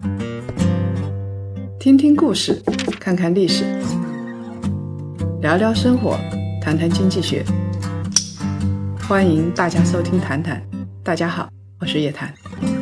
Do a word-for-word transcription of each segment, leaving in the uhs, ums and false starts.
听听故事，看看历史，聊聊生活，谈谈经济学。欢迎大家收听谈谈。大家好，我是叶檀。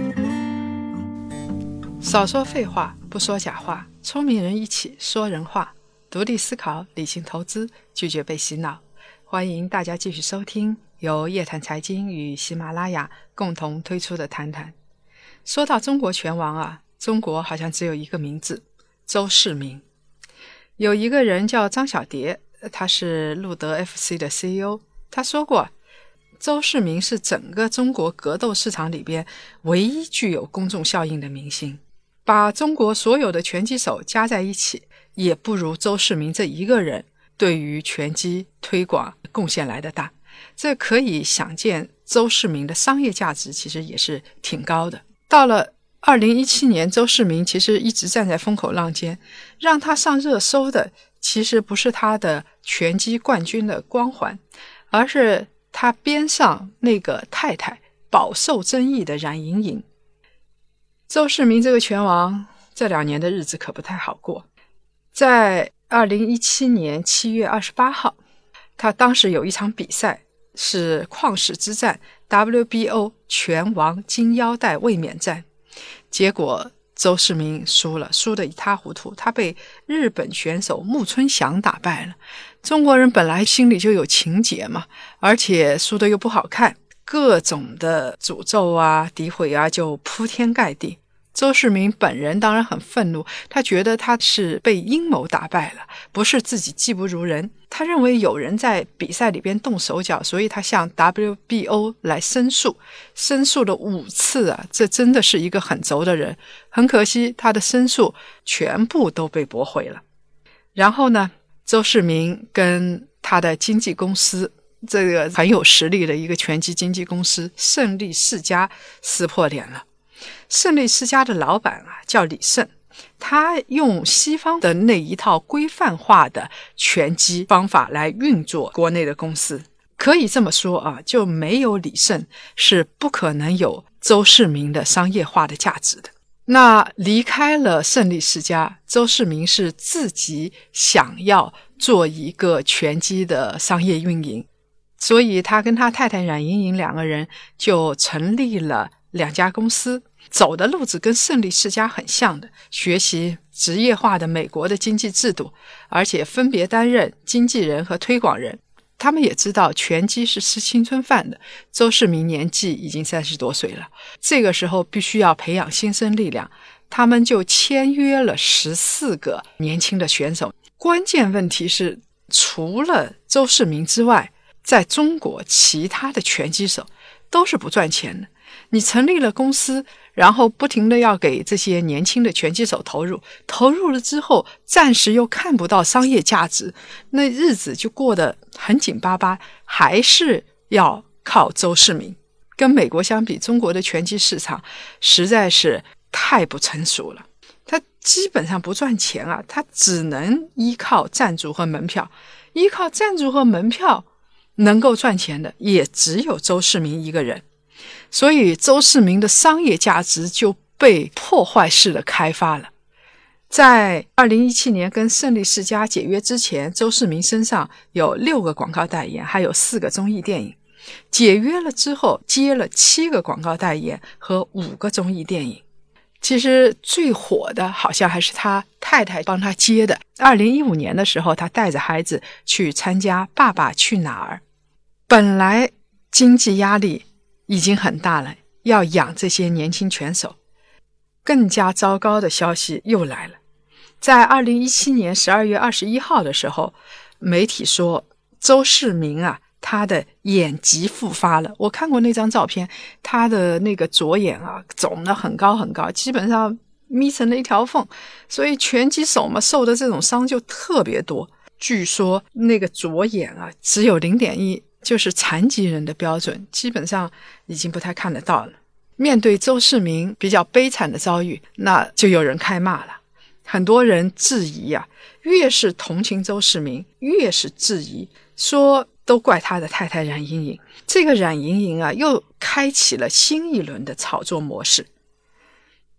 少说废话，不说假话，聪明人一起说人话，独立思考，理性投资，拒绝被洗脑。欢迎大家继续收听由叶檀财经与喜马拉雅共同推出的谈谈。说到中国拳王啊，中国好像只有一个名字，周世明。有一个人叫张小蝶，他是路德 F C 的 C E O， 他说过，周世明是整个中国格斗市场里边唯一具有公众效应的明星，把中国所有的拳击手加在一起，也不如周世明这一个人对于拳击推广贡献来的大。这可以想见周世明的商业价值其实也是挺高的。到了二零一七年，周世明其实一直站在风口浪尖，让他上热搜的其实不是他的拳击冠军的光环，而是他边上那个太太饱受争议的冉莹莹。周世明这个拳王这两年的日子可不太好过。在二零一七年七月二十八号，他当时有一场比赛是旷世之战 W B O 拳王金腰带卫冕战，结果周世明输了，输得一塌糊涂，他被日本选手木村翔打败了。中国人本来心里就有情结嘛，而且输得又不好看，各种的诅咒啊诋毁啊就铺天盖地。周世明本人当然很愤怒，他觉得他是被阴谋打败了，不是自己技不如人。他认为有人在比赛里边动手脚，所以他向 W B O 来申诉，申诉了五次啊，这真的是一个很轴的人。很可惜他的申诉全部都被驳回了。然后呢，周世明跟他的经纪公司，这个很有实力的一个拳击经纪公司胜利世家撕破脸了。胜利世家的老板啊叫李胜，他用西方的那一套规范化的拳击方法来运作国内的公司。可以这么说啊，就没有李胜是不可能有周世明的商业化的价值的。那离开了胜利世家，周世明是自己想要做一个拳击的商业运营，所以他跟他太太冉莹莹两个人就成立了两家公司，走的路子跟胜利世家很像的，学习职业化的美国的经济制度，而且分别担任经纪人和推广人。他们也知道拳击是吃青春饭的，周世明年纪已经三十多岁了，这个时候必须要培养新生力量，他们就签约了十四个年轻的选手。关键问题是，除了周世明之外，在中国其他的拳击手都是不赚钱的。你成立了公司，然后不停的要给这些年轻的拳击手投入，投入了之后暂时又看不到商业价值，那日子就过得很紧巴巴，还是要靠周世明。跟美国相比，中国的拳击市场实在是太不成熟了，它基本上不赚钱啊，它只能依靠赞助和门票，依靠赞助和门票能够赚钱的也只有周世明一个人。所以周世明的商业价值就被破坏式的开发了。在二零一七年跟胜利世家解约之前，周世明身上有六个广告代言，还有四个综艺电影。解约了之后，接了七个广告代言和五个综艺电影。其实最火的好像还是他太太帮他接的。二零一五年的时候，他带着孩子去参加《爸爸去哪儿》。本来经济压力已经很大了，要养这些年轻拳手。更加糟糕的消息又来了。在二零一七年十二月二十一号的时候，媒体说周世明啊，他的眼疾复发了。我看过那张照片，他的那个左眼啊肿得很高很高，基本上眯成了一条缝，所以拳击手嘛，受的这种伤就特别多。据说那个左眼啊只有 零点一，就是残疾人的标准，基本上已经不太看得到了。面对周世明比较悲惨的遭遇，那就有人开骂了。很多人质疑啊，越是同情周世明，越是质疑，说都怪他的太太冉莹莹。这个冉莹莹啊，又开启了新一轮的炒作模式。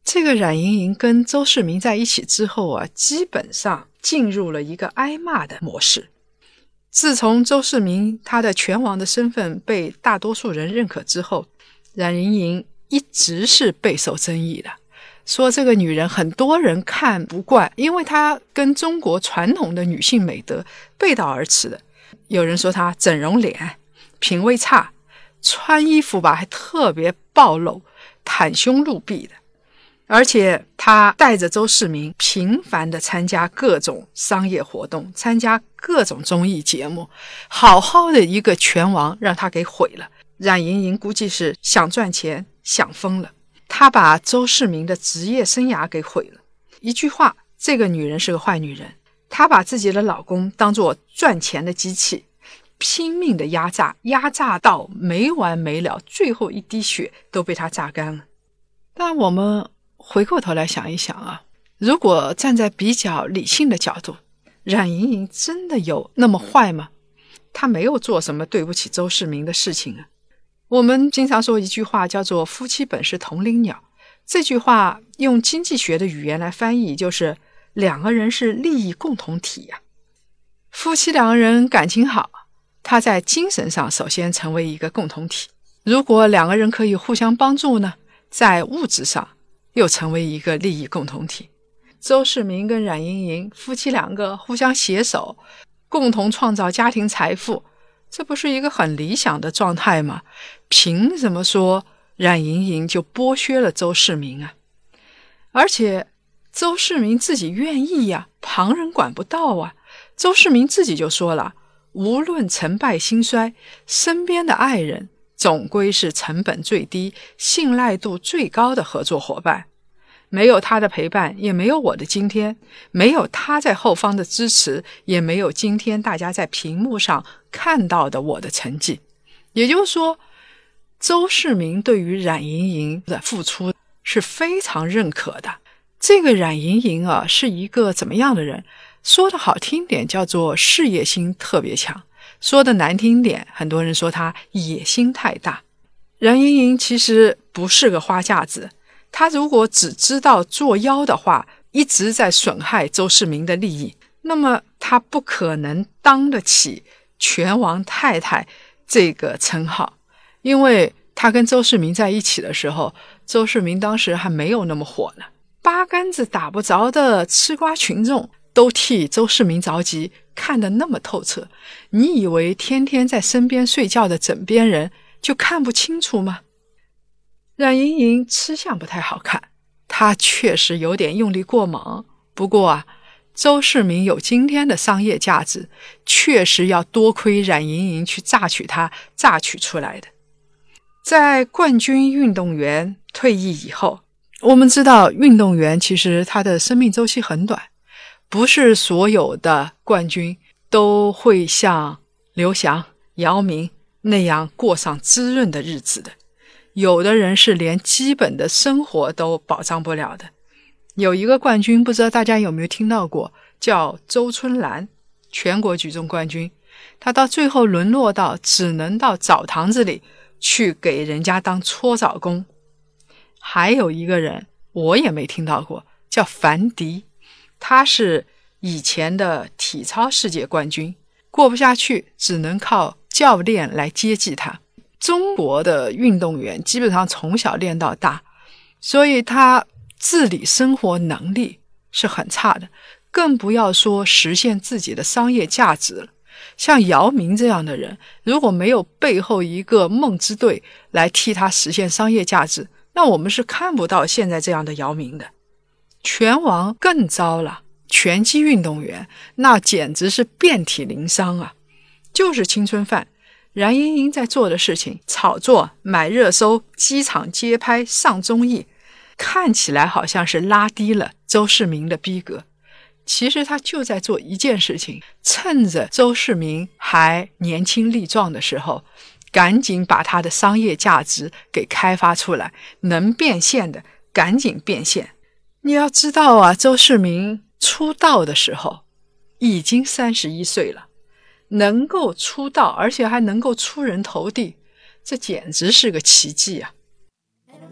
这个冉莹莹跟周世明在一起之后啊，基本上进入了一个挨骂的模式。自从周世明他的拳王的身份被大多数人认可之后，冉莹莹一直是备受争议的，说这个女人很多人看不惯，因为她跟中国传统的女性美德背道而驰的。有人说她整容脸，品味差，穿衣服吧还特别暴露，袒胸露臂的。而且他带着周世明频繁地参加各种商业活动，参加各种综艺节目，好好的一个拳王让他给毁了。冉莹莹估计是想赚钱想疯了，他把周世明的职业生涯给毁了。一句话，这个女人是个坏女人，她把自己的老公当作赚钱的机器，拼命的压榨，压榨到没完没了，最后一滴血都被他榨干了。但我们回过头来想一想啊，如果站在比较理性的角度，冉莹莹真的有那么坏吗？她没有做什么对不起周世明的事情啊。我们经常说一句话叫做夫妻本是同林鸟，这句话用经济学的语言来翻译，就是两个人是利益共同体呀、啊。夫妻两个人感情好，他在精神上首先成为一个共同体，如果两个人可以互相帮助呢，在物质上又成为一个利益共同体。周世明跟冉莹莹夫妻两个互相携手，共同创造家庭财富，这不是一个很理想的状态吗？凭什么说冉莹莹就剥削了周世明啊？而且周世明自己愿意呀、啊，旁人管不到啊。周世明自己就说了，无论成败兴衰，身边的爱人总归是成本最低、信赖度最高的合作伙伴。没有他的陪伴，也没有我的今天；没有他在后方的支持，也没有今天大家在屏幕上看到的我的成绩。也就是说，周世明对于冉莹莹的付出是非常认可的。这个冉莹莹啊，是一个怎么样的人？说的好听点叫做事业心特别强，说的难听点，很多人说她野心太大。冉莹莹其实不是个花架子，她如果只知道作妖的话，一直在损害周世明的利益，那么她不可能当得起拳王太太这个称号。因为她跟周世明在一起的时候，周世明当时还没有那么火呢，八竿子打不着的吃瓜群众都替周世明着急，看得那么透彻，你以为天天在身边睡觉的枕边人就看不清楚吗？冉莹莹吃相不太好看，她确实有点用力过猛，不过啊，周世明有今天的商业价值，确实要多亏冉莹莹去榨取他榨取出来的。在冠军运动员退役以后，我们知道运动员其实他的生命周期很短，不是所有的冠军都会像刘翔、姚明那样过上滋润的日子的，有的人是连基本的生活都保障不了的。有一个冠军，不知道大家有没有听到过，叫周春兰，全国举重冠军，他到最后沦落到只能到澡堂子里去给人家当搓澡工。还有一个人我也没听到过，叫樊迪，他是以前的体操世界冠军，过不下去只能靠教练来接济他。中国的运动员基本上从小练到大，所以他自理生活能力是很差的，更不要说实现自己的商业价值了。像姚明这样的人，如果没有背后一个梦之队来替他实现商业价值，那我们是看不到现在这样的姚明的。拳王更糟了，拳击运动员那简直是遍体鳞伤啊，就是青春饭。冉莹莹在做的事情，炒作、买热搜、机场街拍、上综艺，看起来好像是拉低了周世明的逼格，其实他就在做一件事情，趁着周世明还年轻力壮的时候，赶紧把他的商业价值给开发出来，能变现的赶紧变现。你要知道啊，周世明出道的时候已经三十一岁了，能够出道而且还能够出人头地，这简直是个奇迹啊。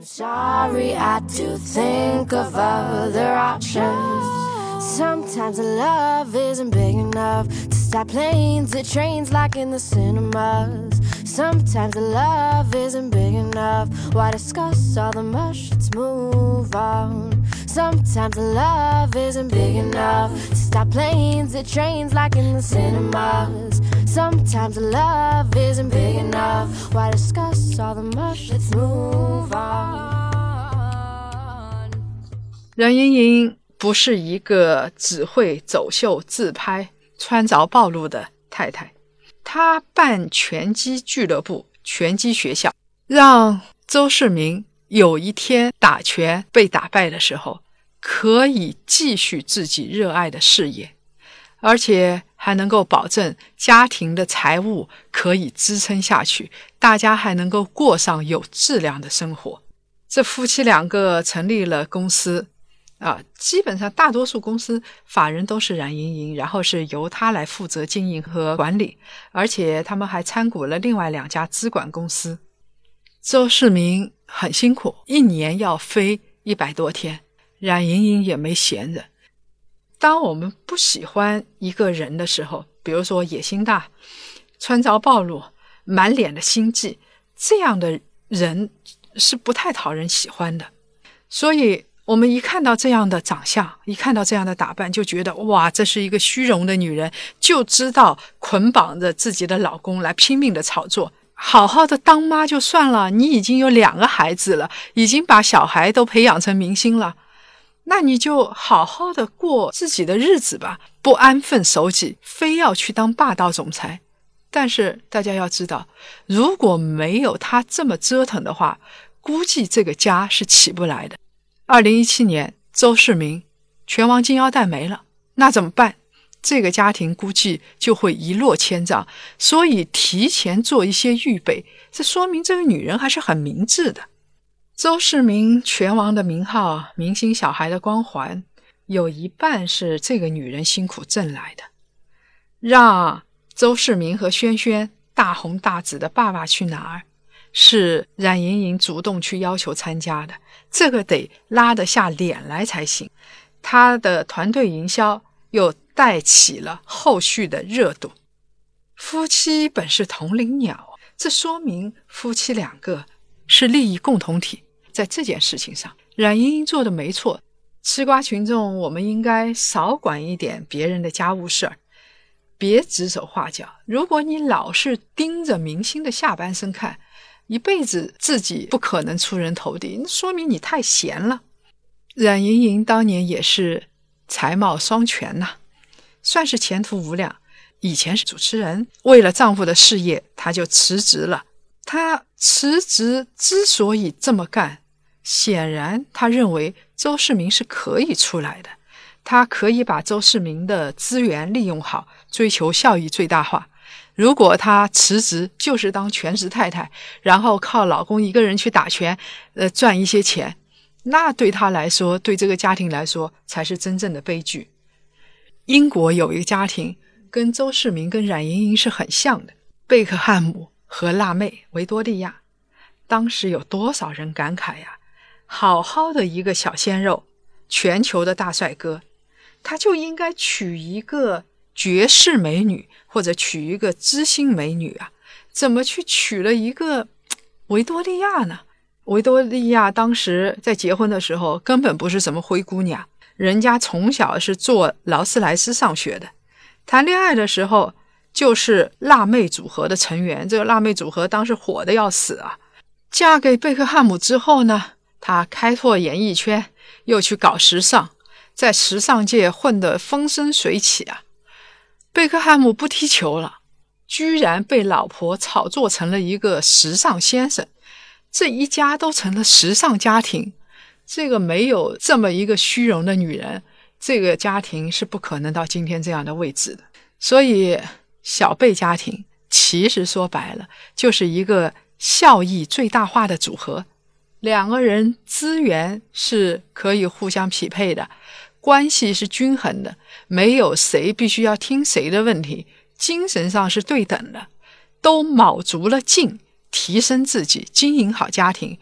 I'm sorry, I do think of other options. Sometimes love isn't big enough to stop planes and trains like in the cinemas. Sometimes love isn't big enough. Why discuss all the mush? Let's move on. Sometimes love isn't big enough to stop planes and trains like in the cinemas. Sometimes love isn't big enough. Why discuss all the mush? Let's move on. 冉莹莹不是一个只会走秀自拍穿着暴露的太太，她办拳击俱乐部、拳击学校，让周世明有一天打拳被打败的时候可以继续自己热爱的事业，而且还能够保证家庭的财务可以支撑下去，大家还能够过上有质量的生活。这夫妻两个成立了公司啊，基本上大多数公司法人都是冉莹莹，然后是由她来负责经营和管理，而且他们还参股了另外两家资管公司。周世明很辛苦，一年要飞一百多天，冉莹莹也没闲着。当我们不喜欢一个人的时候，比如说野心大、穿着暴露、满脸的心计，这样的人是不太讨人喜欢的。所以我们一看到这样的长相，一看到这样的打扮，就觉得哇，这是一个虚荣的女人，就知道捆绑着自己的老公来拼命的炒作。好好的当妈就算了，你已经有两个孩子了，已经把小孩都培养成明星了，那你就好好的过自己的日子吧，不安分守己，非要去当霸道总裁。但是大家要知道，如果没有他这么折腾的话，估计这个家是起不来的。二零一七年周世明拳王金腰带没了，那怎么办？这个家庭估计就会一落千丈，所以提前做一些预备，这说明这个女人还是很明智的。周世明拳王的名号，明星小孩的光环，有一半是这个女人辛苦挣来的。让周世明和轩轩大红大紫的爸爸去哪儿，是冉莹莹主动去要求参加的，这个得拉得下脸来才行。他的团队营销又带起了后续的热度。夫妻本是同林鸟，这说明夫妻两个是利益共同体。在这件事情上，冉莹莹做的没错，吃瓜群众我们应该少管一点别人的家务事儿，别指手画脚。如果你老是盯着明星的下半身看，一辈子自己不可能出人头地，说明你太闲了。冉莹莹当年也是才貌双全呐、啊，算是前途无量。以前是主持人，为了丈夫的事业，她就辞职了。她辞职之所以这么干，显然她认为周世明是可以出来的，她可以把周世明的资源利用好，追求效益最大化。如果她辞职就是当全职太太，然后靠老公一个人去打拳，呃，赚一些钱，那对她来说，对这个家庭来说才是真正的悲剧。英国有一个家庭跟周世明跟冉莹莹是很像的，贝克汉姆和辣妹维多利亚。当时有多少人感慨呀，好好的一个小鲜肉，全球的大帅哥，他就应该娶一个绝世美女，或者娶一个知心美女啊，怎么去娶了一个维多利亚呢？维多利亚当时在结婚的时候根本不是什么灰姑娘，人家从小是做劳斯莱斯上学的，谈恋爱的时候就是辣妹组合的成员，这个辣妹组合当时火的要死啊。嫁给贝克汉姆之后呢，她开拓演艺圈，又去搞时尚，在时尚界混得风生水起啊。贝克汉姆不踢球了，居然被老婆炒作成了一个时尚先生，这一家都成了时尚家庭。这个没有这么一个虚荣的女人，这个家庭是不可能到今天这样的位置的。所以小贝家庭其实说白了就是一个效益最大化的组合，两个人资源是可以互相匹配的，关系是均衡的，没有谁必须要听谁的问题，精神上是对等的，都卯足了劲提升自己，经营好家庭，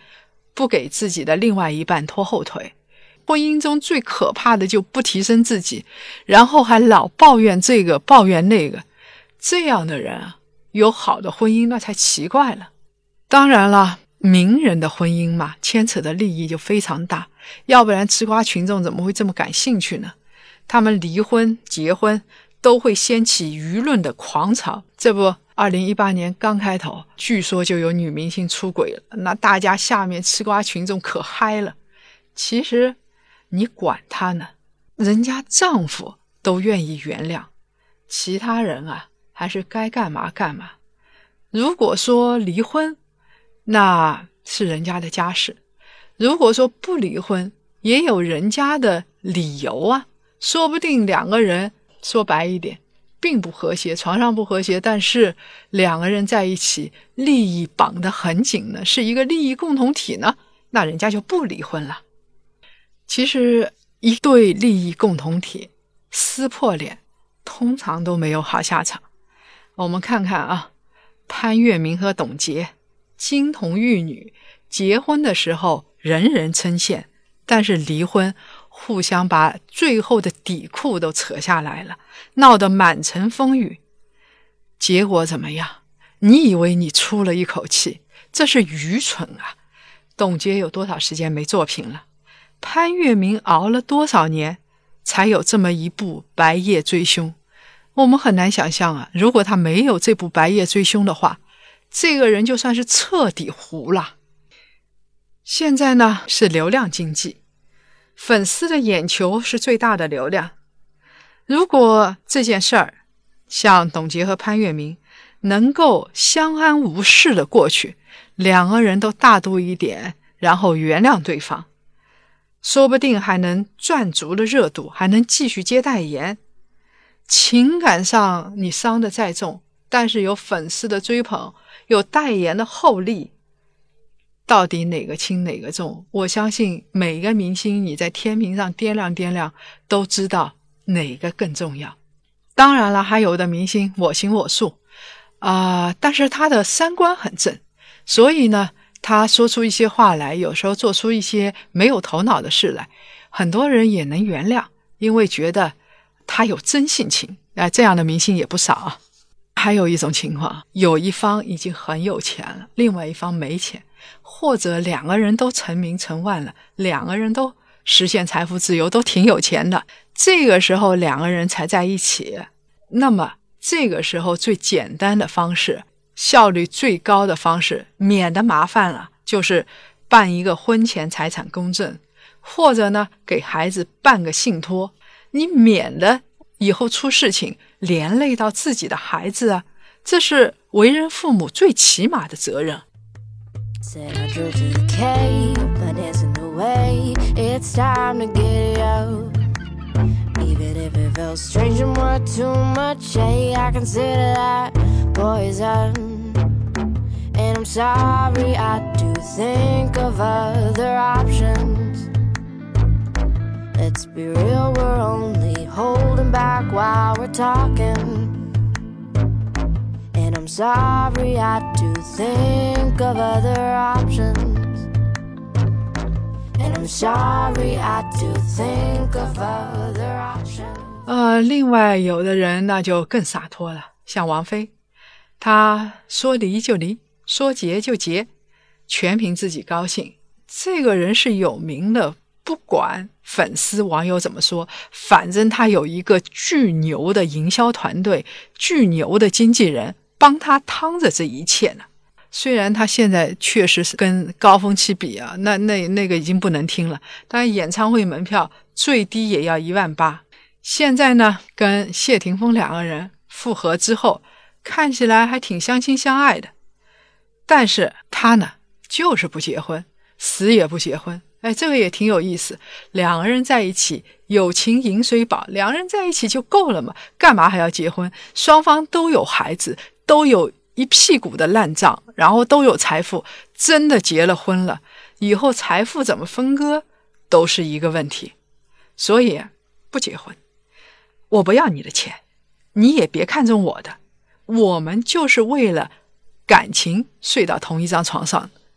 不给自己的另外一半拖后腿。婚姻中最可怕的就不提升自己，然后还老抱怨这个抱怨那个，这样的人啊，有好的婚姻那才奇怪了。当然了，名人的婚姻嘛，牵扯的利益就非常大，要不然吃瓜群众怎么会这么感兴趣呢？他们离婚结婚都会掀起舆论的狂潮。这不二零一八年刚开头，据说就有女明星出轨了，那大家下面吃瓜群众可嗨了。其实你管他呢，人家丈夫都愿意原谅，其他人啊还是该干嘛干嘛。如果说离婚，那是人家的家事，如果说不离婚，也有人家的理由啊，说不定两个人说白一点并不和谐，床上不和谐，但是两个人在一起利益绑得很紧呢，是一个利益共同体呢，那人家就不离婚了。其实一对利益共同体撕破脸通常都没有好下场。我们看看啊，潘粤明和董洁金童玉女，结婚的时候人人称羡，但是离婚互相把最后的底裤都扯下来了，闹得满城风雨。结果怎么样？你以为你出了一口气，这是愚蠢啊。董洁有多少时间没作品了？潘粤明熬了多少年才有这么一部《白夜追凶》？我们很难想象啊，如果他没有这部《白夜追凶》的话，这个人就算是彻底糊了。现在呢是流量经济，粉丝的眼球是最大的流量。如果这件事儿像董洁和潘粤明能够相安无事的过去，两个人都大度一点，然后原谅对方，说不定还能赚足了热度，还能继续接代言。情感上你伤得再重，但是有粉丝的追捧，有代言的厚利，到底哪个轻哪个重？我相信每个明星你在天平上掂量掂量，都知道哪个更重要。当然了，还有的明星我行我素啊、呃，但是他的三观很正，所以呢他说出一些话来，有时候做出一些没有头脑的事来，很多人也能原谅，因为觉得他有真性情啊、呃，这样的明星也不少啊。还有一种情况，有一方已经很有钱了，另外一方没钱，或者两个人都成名成万了，两个人都实现财富自由，都挺有钱的，这个时候两个人才在一起，那么这个时候最简单的方式，效率最高的方式，免得麻烦了，就是办一个婚前财产公证，或者呢给孩子办个信托，你免得以后出事情连累到自己的孩子啊，这是为人父母最起码的责任。 Said I drove to the cave, but dancing away. It's time to get out. Even if it felt strange and more too much, hey, I consider that poison. And I'm sorry, I do think of other options. Let's be real, we're only holding back while we're talking.And I'm sorry, I do think of other options. And I'm sorry, I do think of other options. 呃，另外有的人那就更洒脱了，像王菲，她说离就离，说结就结，全凭自己高兴。这个人是有名的，不管粉丝网友怎么说，反正他有一个巨牛的营销团队，巨牛的经纪人帮他趟着这一切呢。虽然他现在确实是跟高峰期比啊，那那那个已经不能听了，当然演唱会门票最低也要一万八。现在呢跟谢霆锋两个人复合之后，看起来还挺相亲相爱的，但是他呢就是不结婚，死也不结婚。哎，这个也挺有意思，两个人在一起有情饮水饱，两个人在一起就够了嘛，干嘛还要结婚？双方都有孩子，都有一屁股的烂账，然后都有财富，真的结了婚了，以后财富怎么分割都是一个问题。所以不结婚，我不要你的钱，你也别看中我的，我们就是为了感情睡到同一张床上，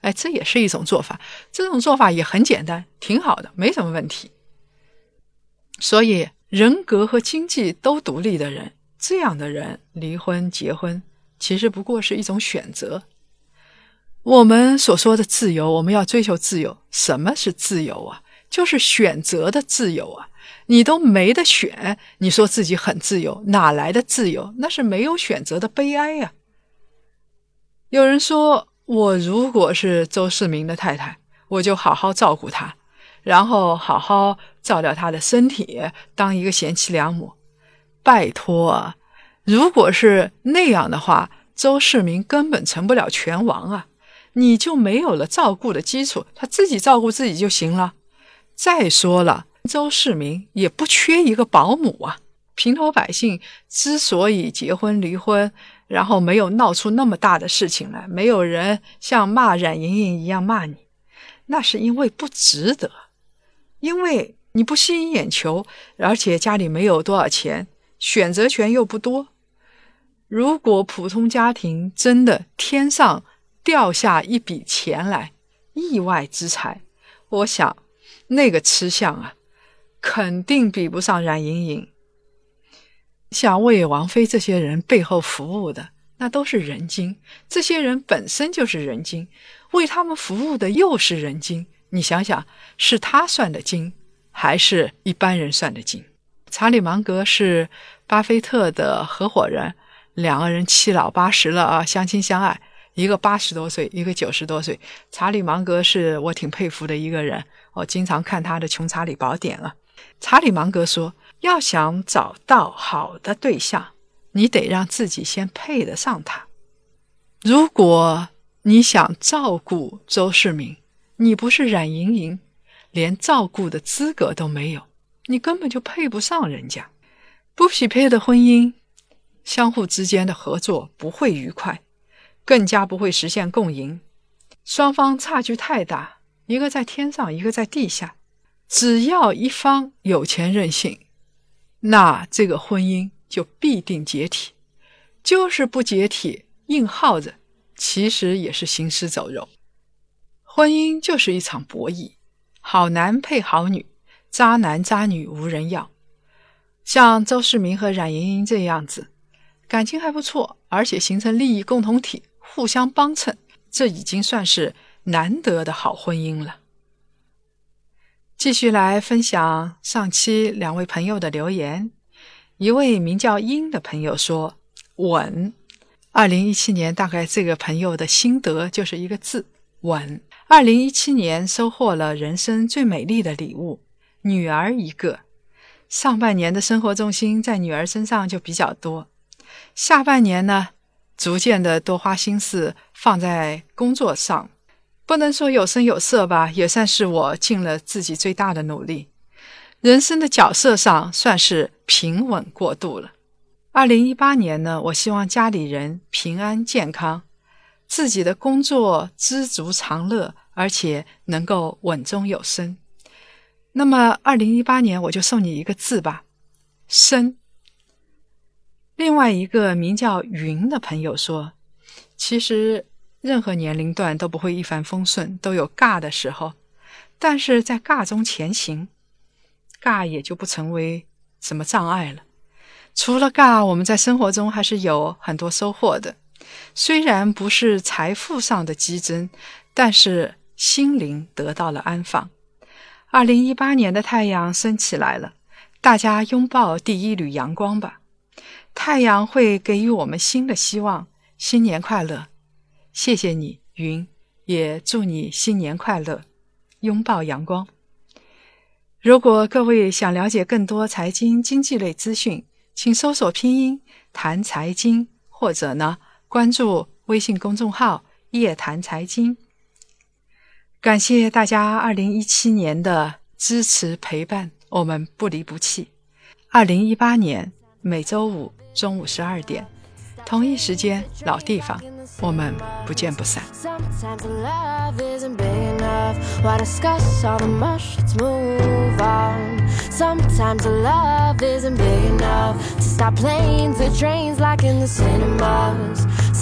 哎，这也是一种做法，这种做法也很简单，挺好的，没什么问题。所以人格和经济都独立的人，这样的人离婚结婚其实不过是一种选择。我们所说的自由，我们要追求自由，什么是自由啊？就是选择的自由啊！你都没得选，你说自己很自由，哪来的自由？那是没有选择的悲哀啊！有人说，我如果是周世明的太太，我就好好照顾他，然后好好照料他的身体，当一个贤妻良母。拜托啊，如果是那样的话，周世明根本成不了拳王啊！你就没有了照顾的基础，他自己照顾自己就行了。再说了，周世明也不缺一个保姆啊。平头百姓之所以结婚离婚，然后没有闹出那么大的事情来，没有人像骂冉莹莹一样骂你，那是因为不值得，因为你不吸引眼球，而且家里没有多少钱，选择权又不多。如果普通家庭真的天上掉下一笔钱来，意外之财，我想那个吃相啊，肯定比不上冉莹莹。像为王菲这些人背后服务的，那都是人精，这些人本身就是人精，为他们服务的又是人精。你想想，是他算的精，还是一般人算的精？查理芒格是巴菲特的合伙人，两个人七老八十了啊，相亲相爱，一个八十多岁，一个九十多岁。查理芒格是我挺佩服的一个人，我经常看他的《穷查理宝典》啊。查理芒格说，要想找到好的对象，你得让自己先配得上他。如果你想照顾周世明，你不是冉莹莹，连照顾的资格都没有，你根本就配不上人家。不匹配的婚姻，相互之间的合作不会愉快，更加不会实现共赢。双方差距太大，一个在天上，一个在地下。只要一方有钱任性，那这个婚姻就必定解体。就是不解体，硬耗着，其实也是行尸走肉。婚姻就是一场博弈，好男配好女，渣男渣女无人要。像周世明和冉莹莹这样子，感情还不错，而且形成利益共同体，互相帮衬，这已经算是难得的好婚姻了。继续来分享上期两位朋友的留言。一位名叫英的朋友说，稳。二零一七年大概这个朋友的心得就是一个字，稳。二零一七年收获了人生最美丽的礼物，女儿一个。上半年的生活重心在女儿身上就比较多，下半年呢，逐渐的多花心思放在工作上。不能说有声有色吧，也算是我尽了自己最大的努力。人生的角色上算是平稳过渡了。二零一八年呢，我希望家里人平安健康，自己的工作知足常乐，而且能够稳中有升。那么二零一八年我就送你一个字吧，升。另外一个名叫云的朋友说，其实任何年龄段都不会一帆风顺，都有尬的时候，但是在尬中前行，尬也就不成为什么障碍了。除了尬，我们在生活中还是有很多收获的，虽然不是财富上的激增，但是心灵得到了安放。二零一八年的太阳升起来了，大家拥抱第一缕阳光吧。太阳会给予我们新的希望，新年快乐。谢谢你，云，也祝你新年快乐，拥抱阳光。如果各位想了解更多财经经济类资讯，请搜索拼音谈财经，或者呢关注微信公众号夜谈财经。感谢大家二零一七年的支持陪伴，我们不离不弃。二零一八年每周五中午十二点，同一时间老地方，我们不见不散。 Sometimes love isn't big enough. Why discuss all the mush? Let's move on. Sometimes love isn't big enough to stop planes or trains like in the cinemas.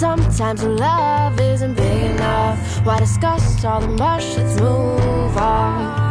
Sometimes love isn't big enough. Why discuss all the mush? Let's move on.